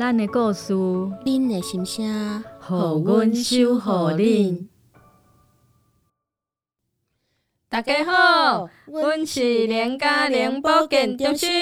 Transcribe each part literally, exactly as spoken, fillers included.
咱的故事， 恁的心声， 互阮守护恁。大家好，阮是连家联保健中心。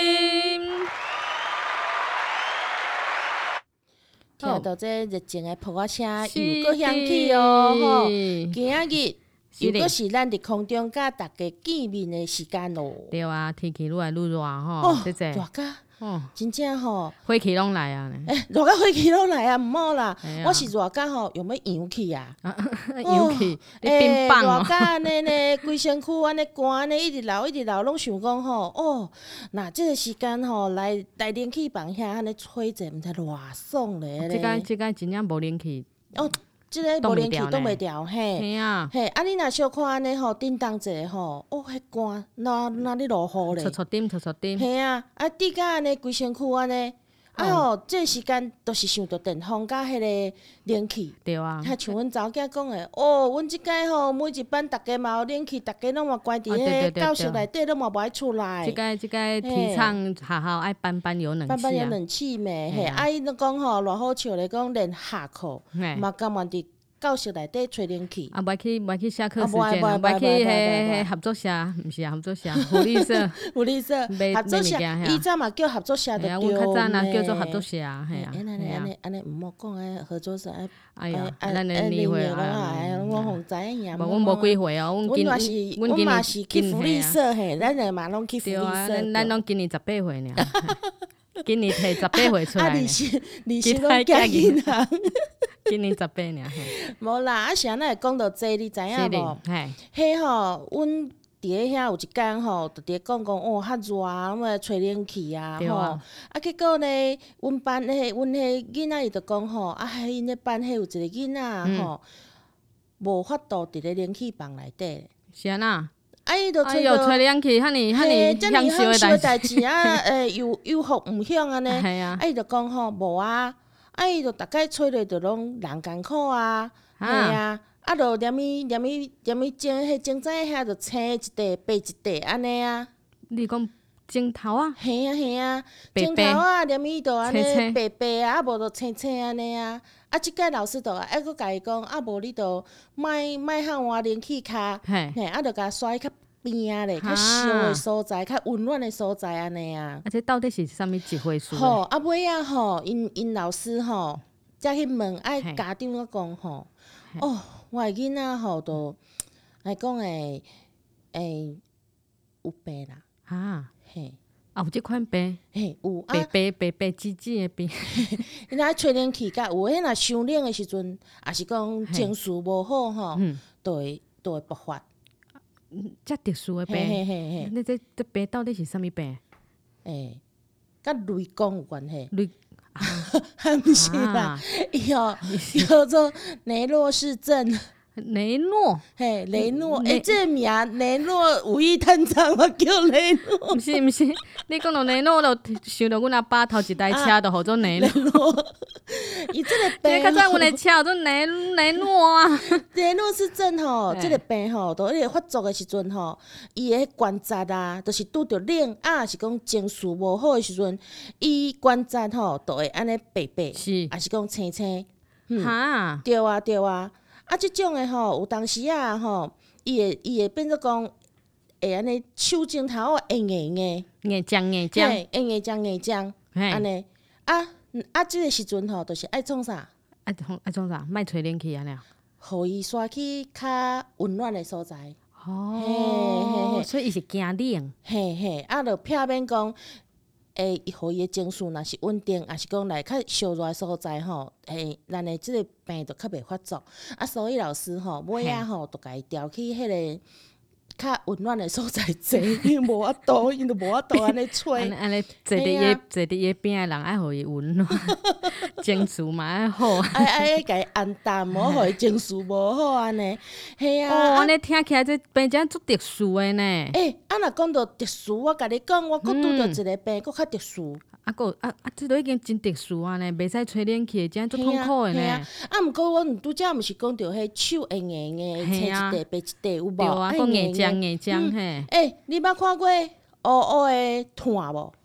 听到这热情的噗仔声，又搁响起哦吼！今仔日又搁是咱伫空中甲大家见面的时间咯。 对啊，天气愈来愈热吼，这这热甲，哦，真正吼， 火气拢来啊！ 诶，热甲火气拢来啊，毋好啦，我是热甲吼，用要扬起啊， 扬起，你冰棒哦。 热甲安尼呢，规身躯安尼寒安尼，一直流一直流，拢想讲吼，哦，那即个时间吼，来来冷气房遐安尼吹者，毋知偌爽咧。 即个即个真正无冷气。 哦。即个无冷气冻袂调，嘿， 嘿啊， 嘿，啊你若小可安尼吼，叮当者吼，哦，迄寒，哪哪咧落雨咧？ 搓搓点，搓搓点。 嘿啊，啊，滴甲安尼规身躯安尼，啊吼，即个时间都是想着电风甲迄个冷气。 对啊。 较像阮查某囝讲诶，哦，阮即摆吼，每一班逐家嘛有冷气，逐家拢嘛关伫迄教室内底，拢嘛无爱出来。 即个即个提倡学校爱班班有冷气啊。 班班有冷气咩？嘿，啊伊都讲吼，偌好笑咧，讲连下课嘛甘愿伫教室内底吹冷气。 啊，无去无去下课时间，无去迄迄合作社，毋是啊，合作社，福利社， 福利社，合作社，以前嘛叫合作社，就对阮较早若叫做合作社，嘿啊， 安尼安尼安尼，毋好讲诶，合作社， 哎呀，咱的年岁啊，阮互知影。 无，阮无几岁哦，阮今阮嘛是，阮嘛是去福利社嘿，咱个嘛拢去福利社。 对啊，咱咱拢今年十八岁尔，今年摕十八岁出来。 啊，利息利息拢加银行。 今年十八尔， 无啦，啊是安尼会讲到这，你知影无？ 嘿， 迄吼，阮伫咧遐有一间吼，就伫咧讲讲哦，较热啊，么吹冷气啊，吼。啊，结果呢，阮班迄阮迄囡仔伊就讲吼，啊，因咧班迄有一个囡仔吼，无法度伫咧冷气房内底。 是安那？ 啊，伊就吹到吹冷气，遐尼遐尼享受诶代志啊，诶，又又福毋享安尼。 系啊。 啊，伊就讲吼，无啊。啊，伊就逐摆吹落，就拢人艰苦啊，嘿啊，啊，就连伊连伊连伊种迄种仔遐，就青一块白一块安尼啊。 你讲种头啊？ 嘿啊嘿啊，种头啊，连伊就安尼白白啊，啊无就青青安尼啊。啊，即个老师就还佫甲伊讲，啊无你就莫莫向换冷气卡，嘿，啊，就甲刷去较边啊咧，较烧的所在，较温暖的所在安尼啊。 啊，这到底是啥物一回事？ 吼，啊尾啊吼，因因老师吼，才去问，爱家长啊讲吼，哦，我的囡仔吼都，来讲诶诶有病啦。 哈， 嘿， 啊有即款病？ 嘿有啊， 白白白白滋滋的病。 因若吹冷气，甲有迄若伤冷的时阵，也是讲情绪无好吼，都会都会爆发。 遮特殊的病， 嘿嘿嘿， 你这这病到底是啥物病？ 诶，甲雷公有关系。 雷， 还毋是啦，伊吼叫做雷诺氏症。 雷诺， 嘿，雷诺，诶，这个名雷诺五亿探长嘛叫雷诺。 毋是毋是，你讲到雷诺，就想到阮阿爸头一台车，就号做雷诺。 伊这个病， 较早阮的车叫做雷雷诺啊。 雷诺氏症吼，这个病吼，都迄个发作的时阵吼，伊的关节啊，都是拄着冷啊，是讲情绪无好的时阵，伊关节吼，都会安尼白白， 是， 还是讲青青。 哈， 对啊对啊。啊，即种诶吼，有当时啊吼，伊会伊会变做讲，会安尼手指头啊硬硬诶， 硬浆硬浆， 硬硬浆硬浆，安尼。啊啊，即个时阵吼，就是爱创啥？ 爱创爱创啥？莫吹冷气安尼。 互伊刷去较温暖诶所在。 哦，所以伊是惊冷。 嘿嘿，啊，就避免讲。诶，互伊诶情绪若是稳定，也是讲来较烧热诶所在吼，诶，咱诶即个病就较袂发作。啊，所以老师吼，尾仔吼，就甲伊调去迄个较温暖诶所在坐，因为无法度，因就无法度安尼吹。 安尼坐伫伊坐伫伊边诶人，爱互伊温暖，情绪嘛爱好。 爱爱甲伊安淡，无互伊情绪无好安尼。嘿啊， 哦，安尼听起来这病真足特殊诶呢。 诶，啊，若讲到特殊，我甲你讲，我佫拄着一个病，佫较特殊。 啊个啊啊，这都已经真特殊啊呢，袂使吹冷气，真足痛苦诶呢。 啊，毋过阮拄则毋是讲着迄手硬硬诶，青一块白一块有无？ 对啊，讲硬浆硬浆嘿。 诶，你捌看过乌乌诶炭无？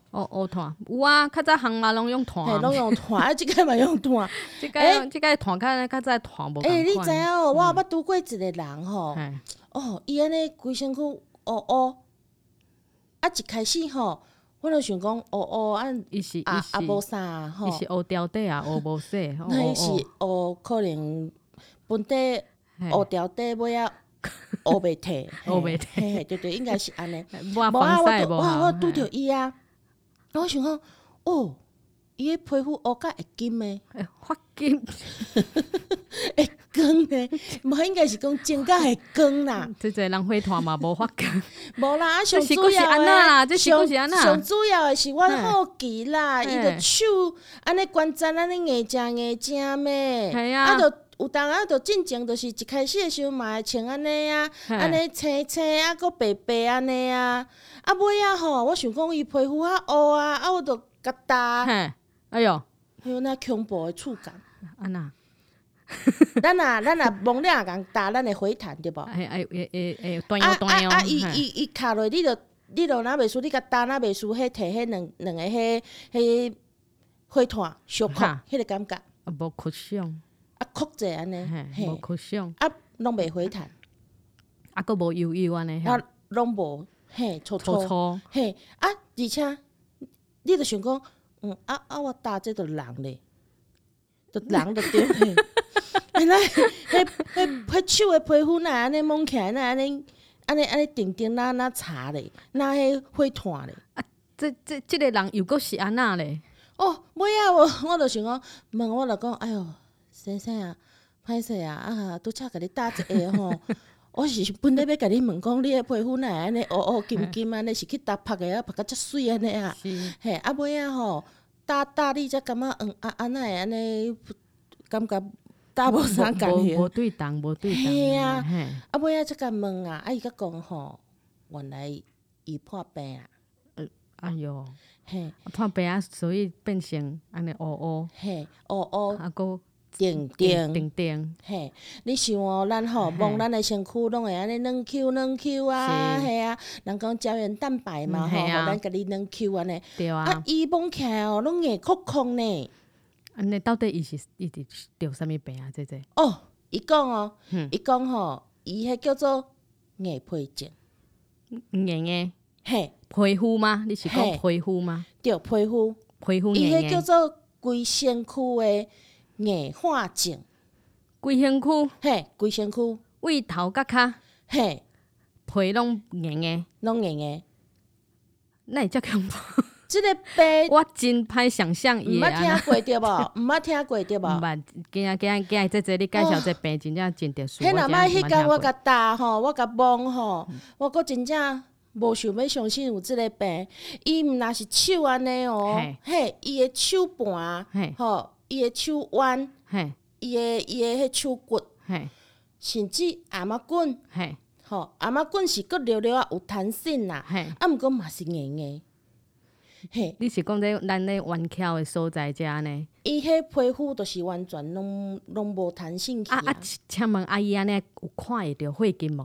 哦乌炭有啊，较早烘嘛拢用炭， 嘿，拢用炭，啊，即个嘛用炭。 即个即个炭较较早炭无共款。 诶，你知影哦？我有捌拄过一个人吼， 嘿哦，伊安尼规身躯乌乌，啊，一开始吼，我就想讲乌乌啊， 伊是啊啊无伊是啥吼伊，是乌条底啊，乌无洗，吼那伊乌是乌乌可能本底嘿乌条底尾啊乌袂摕， 乌袂摕嘿嘿，对对，应该是安尼。 无啊无啊， 防晒无我拄我我好。 拄着伊啊，我想讲，哦，伊个皮肤乌甲会金诶， 嘿发金， 会光诶，无应该是讲真甲会光啦。 即个人火炭嘛无发金。 无啦，啊上这是主还是安要诶， 那啦这是还上是安那上主要诶是我好奇啦，伊嘿着手安尼关节安尼硬正硬正诶， 嘿啊啊着有当啊着进前就是一开始诶时候嘛会穿安尼啊， 嘿安尼青青啊，搁白白安尼啊，啊尾啊吼，我想讲伊皮肤较乌啊，啊我着甲搭， 嘿，哎哟， 还有那恐怖诶触感。 安那， 咱若咱若蒙了共搭，咱会回弹对无？ 哎哎哎哎哎，断啊腰断腰， 啊啊！伊嘿伊伊卡落，你着你着若袂输，你甲搭若袂输，迄摕迄两两个迄迄火炭小酷， 哈迄个感觉啊无哭伤， 啊酷者安尼， 嘿，无嘿， 哭伤， 啊拢袂回弹， 啊佫无油油安尼， 啊拢无嘿粗粗， 粗粗， 嘿啊！而且你着想讲，嗯啊啊，我搭这着人咧，着人着对嘿，原来迄迄迄手诶皮肤若安尼摸起来，若安尼安尼安尼定定哪哪擦咧，哪迄火炭咧。 这这即个人又佫是安那咧？ 哦，尾啊，我我就想讲，问我就讲，哎哟，先生啊，歹势啊，啊，拄则甲你搭一下吼，我是本来要甲你问讲，你的皮肤哪会安尼乌乌金金安尼，是去搭拍的啊，拍甲遮水安尼啊？ 是， 嘿，啊尾啊吼，搭搭你才感觉，嗯啊啊哪会安尼，感觉搭无啥共无样。 无对动，无对动， 嘿啊嘿， 啊尾啊才甲问啊，啊伊甲讲吼，原来伊破病啊， 哎哟， 嘿破病啊，所以变成安尼乌乌， 嘿，乌乌啊佫定定。 定定， 嘿，你想哦，咱吼摸咱的身躯，拢会安尼软 Q 软 Q 啊， 是嘿啊，人讲胶原蛋白嘛，吼，互嗯嘿啊咱甲你软 Q 安尼。 对啊啊，，伊摸起来哦，拢硬壳壳呢。 安尼到底伊是伊伫着啥物病啊？这这， 哦，伊讲哦嗯， 伊讲吼，伊迄叫做硬皮症， 硬硬嘿， 皮肤吗？你是讲嘿皮肤吗？ 对，皮肤， 皮肤硬伊迄叫硬， 做规身躯的硬化症， 规身躯嘿，规身躯， 胃头甲骹嘿， 皮拢硬硬， 拢硬的。 那会遮恐怖？ 即个病我真歹想象毋伊的安那。 捌听过对无？毋捌听过对毋无？ 捌，今仔今仔今仔这这你介绍这病真正真特殊。 迄若摆迄天天我甲搭吼，我甲摸吼，我阁真正无想要相信有即个病。伊毋若是手安尼哦嘿， 嘿，伊的手盘嘿吼，伊的手腕， 嘿伊的伊的迄手骨， 嘿甚至阿妈棍嘿吼，阿妈棍是阁溜溜啊，有弹性啦， 嘿， 啊，毋过嘛是硬硬。嘿， 你是讲这咱咧弯翘的所在遮呢？ 伊迄皮肤就是完全拢拢无弹性去啊啊，请问阿姨安尼有看会着血筋无？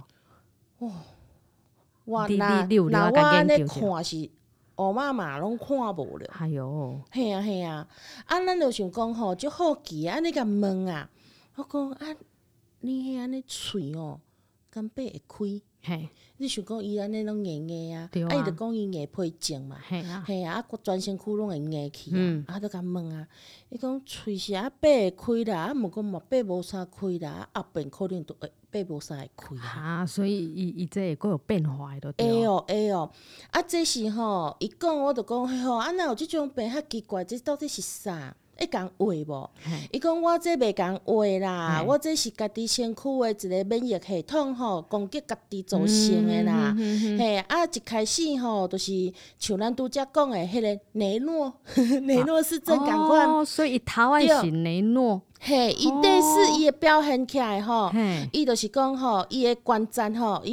你我若你你有若了解我安尼研究者看是乌妈妈拢看无了。 哎哟， 嘿啊嘿啊，啊，咱就想讲吼，足好奇啊，你甲问啊，我讲啊，你迄安尼喙哦，敢背会开？ 嘿你想讲伊安尼拢硬硬啊， 对啊啊，伊就讲伊硬皮症嘛， 嘿啊， 嘿啊，啊，佮全身躯拢会硬去嗯啊，啊，就甲问啊，伊讲喙是啊背会开啦，啊，毋过嘛背无啥开啦，啊，后边可能都会背无啥会开啊。 啊，所以伊伊这会佫有变化的，对会了。 哦会哦，啊，这是吼，伊讲我就讲嘿吼，啊，若有即种病较奇怪，这到底是啥？会共话无？ 嘿伊讲我这袂共话啦， 嘿我这是家己身躯的一个免疫系统吼，攻击家己造成的啦。 嗯嗯嗯嗯嘿，啊，一开始吼，就是像咱拄则讲的迄个雷诺，雷诺氏症共款。 哦，所以伊头爱是雷诺， 嘿，伊第四伊的表现起来吼， 嘿， 伊就是讲吼，伊的关节吼，伊一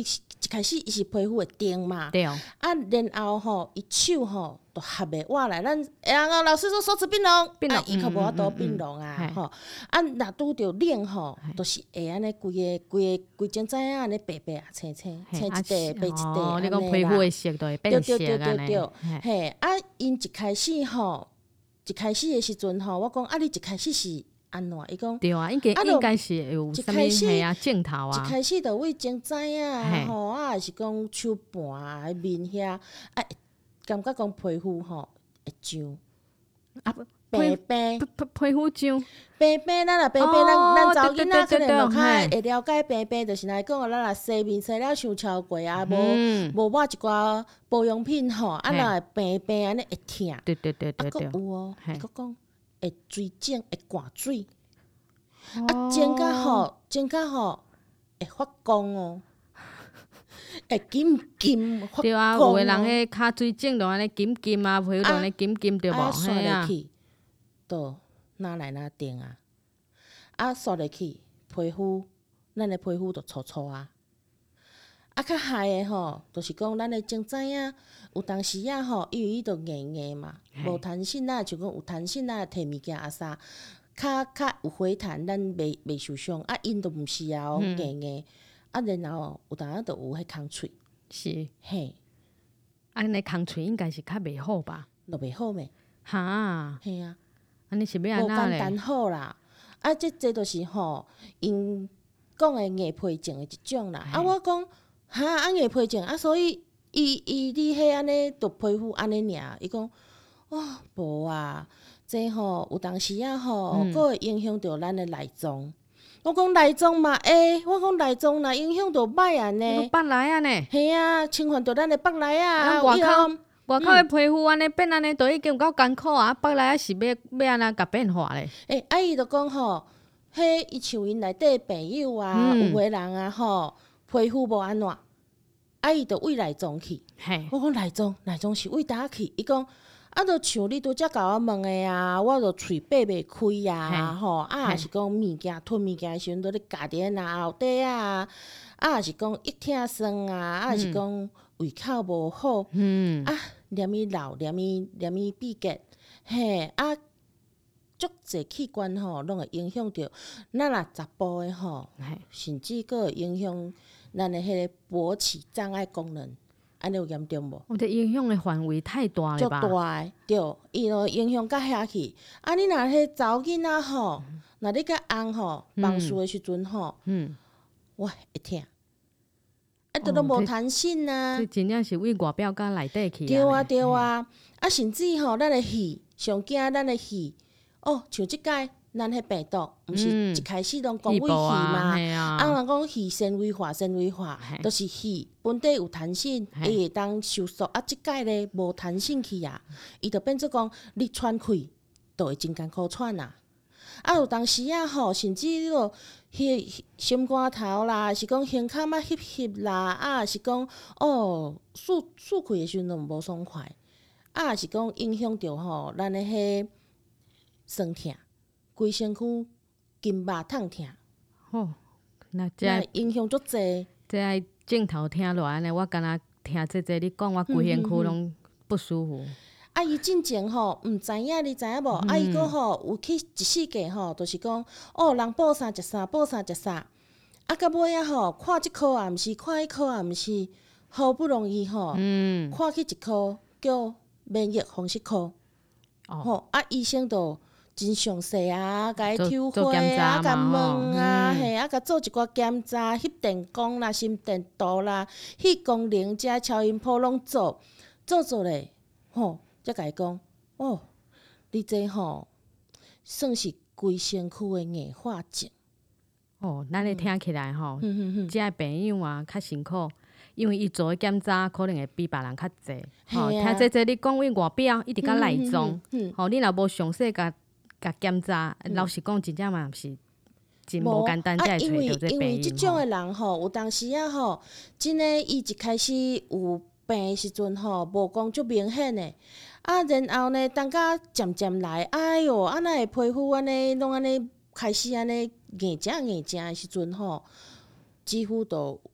开始伊是皮肤会定嘛， 对， 啊，然后吼，伊手吼就合袂活来，咱然后老师说手持冰龙， 冰龙啊，伊较无法度嗯嗯嗯冰龙啊， 嘿吼，啊，若拄着冷吼，就是会安尼规个规个规整知影安尼白白啊青青，青一嘿啊地白一地哦， 安你讲尼啦。 皮肤的色就会对变色对对对安尼， 对， 嘿嘿，啊，因一开始吼，一开始的时阵吼，我讲啊，你一开始是安怎？伊讲。 对啊，应该啊就应该是有一啥物开始嘿啊镜头啊， 一开始就为前知嘿影吼，啊，是讲手盘啊、面遐，啊，会感觉讲皮肤吼会痒，啊，白白皮皮皮肤痒， 白白，咱若白白， 哦咱咱查某囡仔可对对对对能就较嘿会了解白白，就是来讲，咱若洗面洗了伤超过啊，无嗯， 无抹一寡保养品吼，啊， 嘿若会白白安尼会疼， 对对对啊， 对对， 佫有哦，伊嘿佫讲会水肿，会挂水。啊， 哦剪甲吼，剪甲吼会发光哦，会金金发对啊，有光诶人哦， 迄骹水肿就安尼金金啊，皮肤就安尼金金对无？ 啊，刷嘿啊， 入去，倒哪来哪定啊？啊，刷入去，皮肤，咱诶皮肤就粗粗啊。啊，较害诶吼，就是讲咱诶前知影，有当时啊吼，因为伊就硬硬嘛，无弹性啊，像讲有弹性啊，摕物件啊啥。较较有回弹，咱袂袂受伤。啊，因都毋是啊， 嗯硬硬。啊，然后有当仔就有迄空喙， 是， 嘿， 安尼空喙应该是较袂好吧？ 就袂好咩？ 哈， 嘿啊， 安尼是要无安怎简单咧？ 好啦。啊，这这就是吼，因讲诶硬皮症诶一种啦。啊，我讲哈，啊硬皮症啊，所以伊伊你迄安尼，着皮肤安尼尔。伊讲，哦，无啊。这吼有当时啊吼， 嗯佫会影响到咱的内脏。我讲内脏嘛会，我讲内脏若影响到歹安你尼， 北来啊呢？ 嘿啊，侵犯到咱的腹内啊， 啊外口以后外口的皮肤安尼变安尼，都已经有够艰苦啊！北来啊是要要安怎甲变化咧？ 诶，啊伊就讲吼，迄伊像因内底朋友啊， 嗯有诶人啊吼，皮肤无安怎，啊伊就为内脏去。 嘿， 我讲内脏，内脏是为倒去？伊讲。啊，就像你拄则甲我问诶啊，我就喙闭袂开啊，吼，啊，也是讲物件吞物件诶时阵，都咧夹伫那后底啊，啊，也是讲一疼酸啊，啊，也是讲胃口无好， 嗯， 啊，连伊老，连伊连伊闭结，嘿，啊，足侪器官吼，拢会影响着咱若查甫诶吼， 嘿， 甚至佫会影响咱诶迄个勃起障碍功能。安尼有严重无？ 我的影响的范围太大足了吧？ 大诶，对，伊就影响到遐去。啊，你若迄查某囡仔吼，若你甲翁吼房事诶时阵吼， 嗯， 哇会疼，啊，都都无弹性啊这。真正是为外表甲内底去对啊啊。 对啊，啊甚至吼，咱诶肺上惊咱诶肺，哦，像即届咱迄病毒，毋是嗯一开始拢讲为肺气部啊， 嘛？ 嘿啊， 啊，人讲肺纤维化，纤维化嘿， 都是肺本底有弹性， 嘿伊会当收缩。啊，即届咧无弹性去啊，伊就变做讲你喘气，都会真艰苦喘啊。啊，有当时啊吼，甚至你落迄心肝头啦，是讲胸腔啊翕翕啦，啊是讲哦漱漱气诶时阵都无爽快，啊是讲影响着吼咱诶迄酸痛，规身躯筋肉痛痛， 哦，那这那影响足济。 这镜头听落安尼，我敢若听这这你讲，我规身躯拢不舒服。 啊，伊进前吼，毋知影，你知影无？啊，伊个吼有去一世纪吼，就是讲，哦，人报啥食啥，报啥食啥。啊，到尾啊吼，看即科也毋是，看迄科也毋是，好不容易吼， 嗯， 看去一科叫免疫风湿科， 哦， 吼，啊，医生就真详细啊，甲伊做抽做血啊， 检查嘛甲问啊， 吼嘿，啊，甲做一寡检查，翕电光啦、心电图啦、血功能、遮超音波拢做，做做咧，吼。才甲伊讲，哦，你这吼算是规身躯的硬化症。 哦，咱咧听起来吼， 嗯哼哼， 遮个朋友啊较辛苦，因为伊做的检查可能会比别人较济。吼， 嘿啊听这这你讲为外表一直甲内脏嗯，嗯吼，你若无详细甲甲检查，老实讲真正嘛毋是真无简单，才啊， 会因为找到这因为病因吼。 即种的人吼，有当时啊吼，真诶，伊一开始有病的时阵吼，无讲足明显的。啊，然后呢，当甲渐渐来，哎哟，啊，那会皮肤安尼，拢安尼开始安尼硬正硬正的时阵吼，几乎都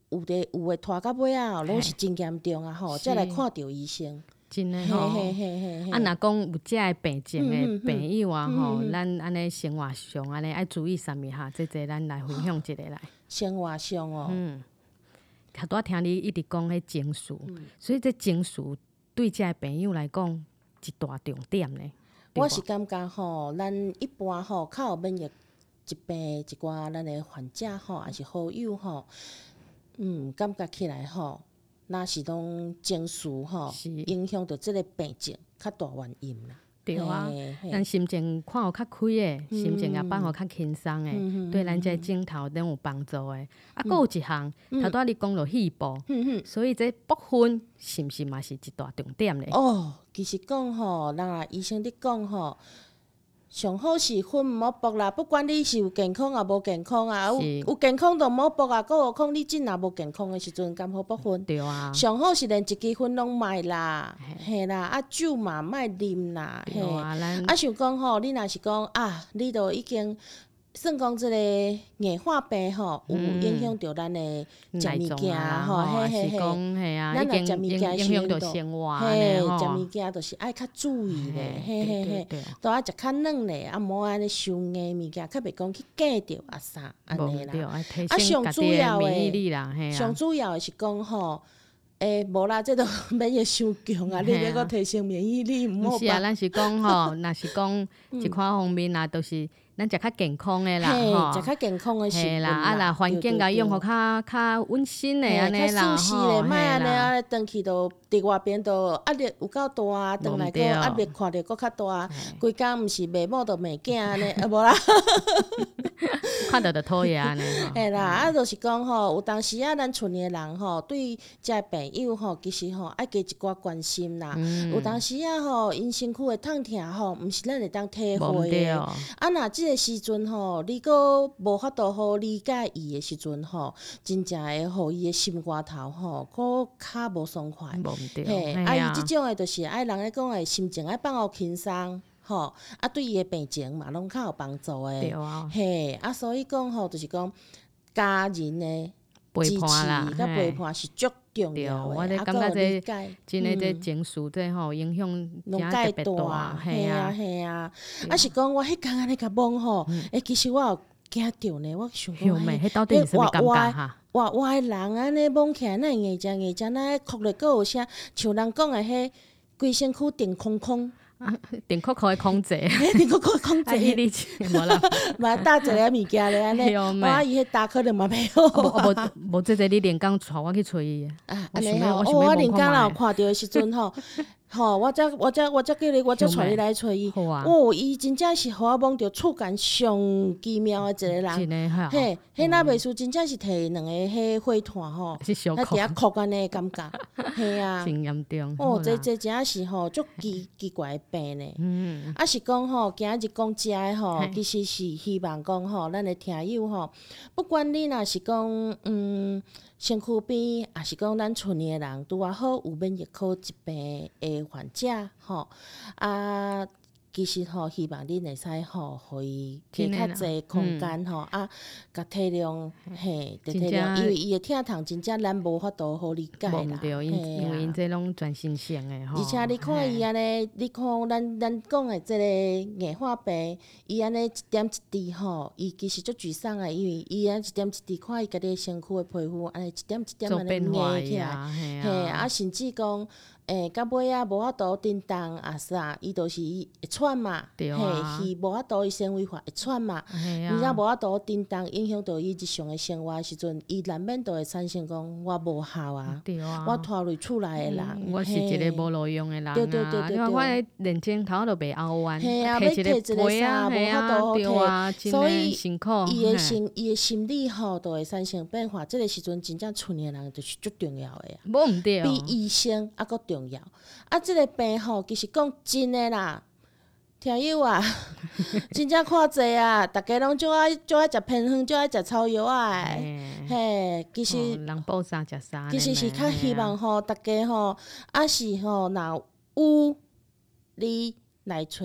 有的有诶拖到尾啊，拢是真严重啊吼，才来看着医生。 真诶吼，啊，若讲有遮个病症诶朋友啊吼，咱安尼生活上安尼爱注意啥物哈？这这咱来分享一个来。 生活上哦，嗯， 拄仔听你一直讲迄情绪，所以这情绪对遮个朋友来讲一大重点呢。 我是感觉吼，咱一般吼较有免疫疾病一寡咱诶患者吼，也是好友吼，嗯，感觉起来吼。若是拢情绪吼，影响到即个病症较大原因啦。 对啊，咱心情看互较开诶，心情也放互较轻松诶，嗯、对咱这镜头拢有帮助诶。啊，佫有一项，头拄仔你讲到肺部，嗯、所以这部分是毋是嘛是一大重点咧？ 哦，其实讲吼，人啊医生咧讲吼。上好是薰毋好搏啦，不管你是有健康啊无健康啊，有有健康就毋好搏啊，更何况你真若无健康的时阵，敢好搏薰？ 对啊。上好是连一支薰拢莫啦，嘿啦，啊酒嘛莫啉啦，嘿。啊，想讲吼，你若是讲啊，你都已经。算讲即个硬化病吼，有影响到咱的食物件吼，嘿嘿嘿，咱若食物件影响到生活嘿，食物件就是爱较注意咧，嘿嘿嘿，都爱食较软咧，啊，莫安尼伤硬物件，较袂讲去夹着啊啥安尼啦。啊，上主要的，上主要的是讲吼。诶，无啦，这都免会伤强啊！你要搁提升免疫力，毋好吧？ 是啊，咱是讲吼，若是讲一款方面啊，都是咱食较健康诶啦， 吼，食较健康诶食物啦， 啊，若环境甲用互较较温馨诶安尼啦， 吼，莫安尼啊，转去都伫外边都压力有够大啊，转来搁压力看着搁较大，规工毋是骂某着骂囝安尼，啊无啦。 看到就讨厌安尼吼。 嘿啦，啊，就是讲吼，有当时啊，咱厝里人吼，对遮朋友吼，其实吼爱加一寡关心啦。嗯、有当时啊吼，因身躯会痛痛吼，毋是咱会当体会的。啊，若即个时阵吼，你搁无法度好理解伊的时阵吼，真正会互伊的心肝头吼，搁较无爽快。嘿，啊，伊即种的，就是爱人咧讲的心情爱放互轻松。吼，啊，对伊的病情嘛，拢较有帮助诶。 啊、 嘿，啊，所以讲吼，就是讲家人的支持甲陪伴是足重要诶。 我感觉这真诶，这情绪这吼影响拢介大。嘿啊，嘿啊，啊是讲我迄工安尼甲摸吼，诶，其实我有惊着呢，我想讲， 迄到底是啥物感觉哈？ 哇哇诶人安尼摸起来，那硬只硬只，那哭咧，搁有声，像人讲诶，迄规身躯电空空。 啊，电酷酷的空姐， 电酷酷的空姐， 无啦， 嘛搭一个物件咧安尼，我伊迄搭可能嘛袂好。 无无，即个你连工带我去找伊。 啊，安尼吼，我连工若有看到的时阵吼，吼，我则我则我则叫你，我则带你来找伊。哦，伊真正是互我摸着触感上奇妙的一个人。 真诶哈。 嘿，迄若袂输，真正是摕两个迄火炭吼， 是小酷，伫遐酷安尼感觉，嘿啊。 真严重。 哦，这这真是吼，足奇奇怪病呢。嗯。啊是讲吼，今日讲遮诶吼，其实是希望讲吼，咱诶听友吼，不管你若是讲嗯。身躯边，也是讲咱厝里诶人拄啊好有免疫科疾病诶患者吼啊，其实吼希望恁会使吼，互伊加较济空间吼、嗯、啊，甲体谅嘿，体谅，因为伊诶疼痛真正咱无法度好理解啦， 对，因因为因这拢全身性诶吼。 而且你看伊安尼，你看咱咱讲诶即个硬化病，伊安尼一点一滴吼，伊其实足沮丧诶，因为伊安一点一滴看伊家己身躯诶皮肤，安尼一点一点安尼硬起来，嘿啊，甚至讲。诶，到尾啊，无法度振动啊啥，伊就是会喘嘛，嘿，伊无法度伊纤维化会喘嘛，而且无法度振动，影响到伊日常诶生活诶时阵，伊难免都会产生讲我无效啊，我拖累厝内诶人， 我是一个无路用诶人啊， 对对对对对， 我连镜头都袂拗弯， 嘿啊，要摕一个啥，无法度好摕，所以伊诶心伊诶心理吼，都会产生变化。即个时阵真正厝里诶人就是足重要诶啊， 无毋对， 比医生还佫重要。啊，即、这个病吼，其实讲真诶啦，听友啊，真正看济啊，逐家拢就爱就爱食偏方，就爱食草药啊，嘿，其实、 哦、人报啥食啥， 其实是较希望吼，逐家吼，啊是吼，若有你来找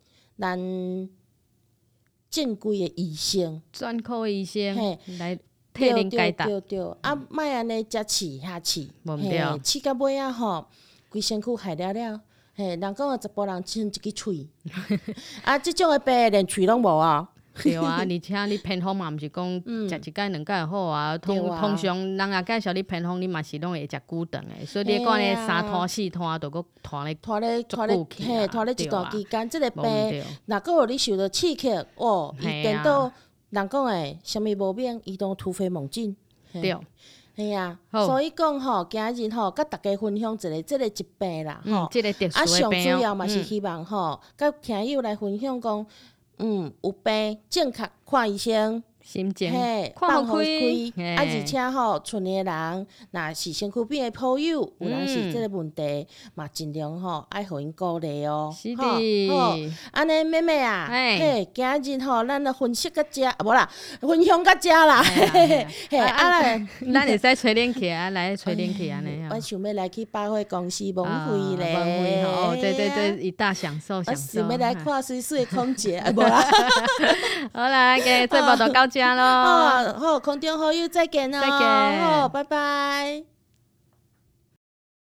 咱正规诶医生， 专科医生来。 替恁解答。 对对对，啊，莫安尼食饲遐饲，嘿，饲到尾啊吼，规身躯害了了。嘿，人讲啊，十甫人亲一支喙，啊，即种诶病连喙拢无啊。 对啊，而且你偏方嘛，毋是讲食一摆两摆好啊。通通常人也介绍你偏方，你嘛是拢会食久长诶。所以你讲咧三拖四拖，著佫拖咧拖咧拖咧嘿，拖咧一段期间，即个病，若佫有你受到刺激，哦，伊电到人讲诶，啥物无免，伊都突飞猛进。 对。 嘿啊，所以讲吼，今日吼，甲大家分享一个即个疾病啦，吼， 即个特殊诶病。 啊，上主要嘛是希望吼，甲听友来分享讲，嗯，有病正确看医生。 心情放开，啊！而且吼，厝里人若是身躯边诶好友，有人是即个问题，嘛尽量吼爱互因鼓励哦。 是的， 吼，安尼妹妹啊，嘿，今日吼，咱来分析到遮，啊无啦，分享到遮啦，嘿嘿，啊来， 咱会使找恁去啊，来找恁去安尼。 我想要来去百货公司望会咧， 望会吼，对对对，一大享受享受。 我想要来看水水的空姐，啊无啦。 好啦，今日节目就到遮咯。 好，空中好友再见哦， 再见， 好，拜拜。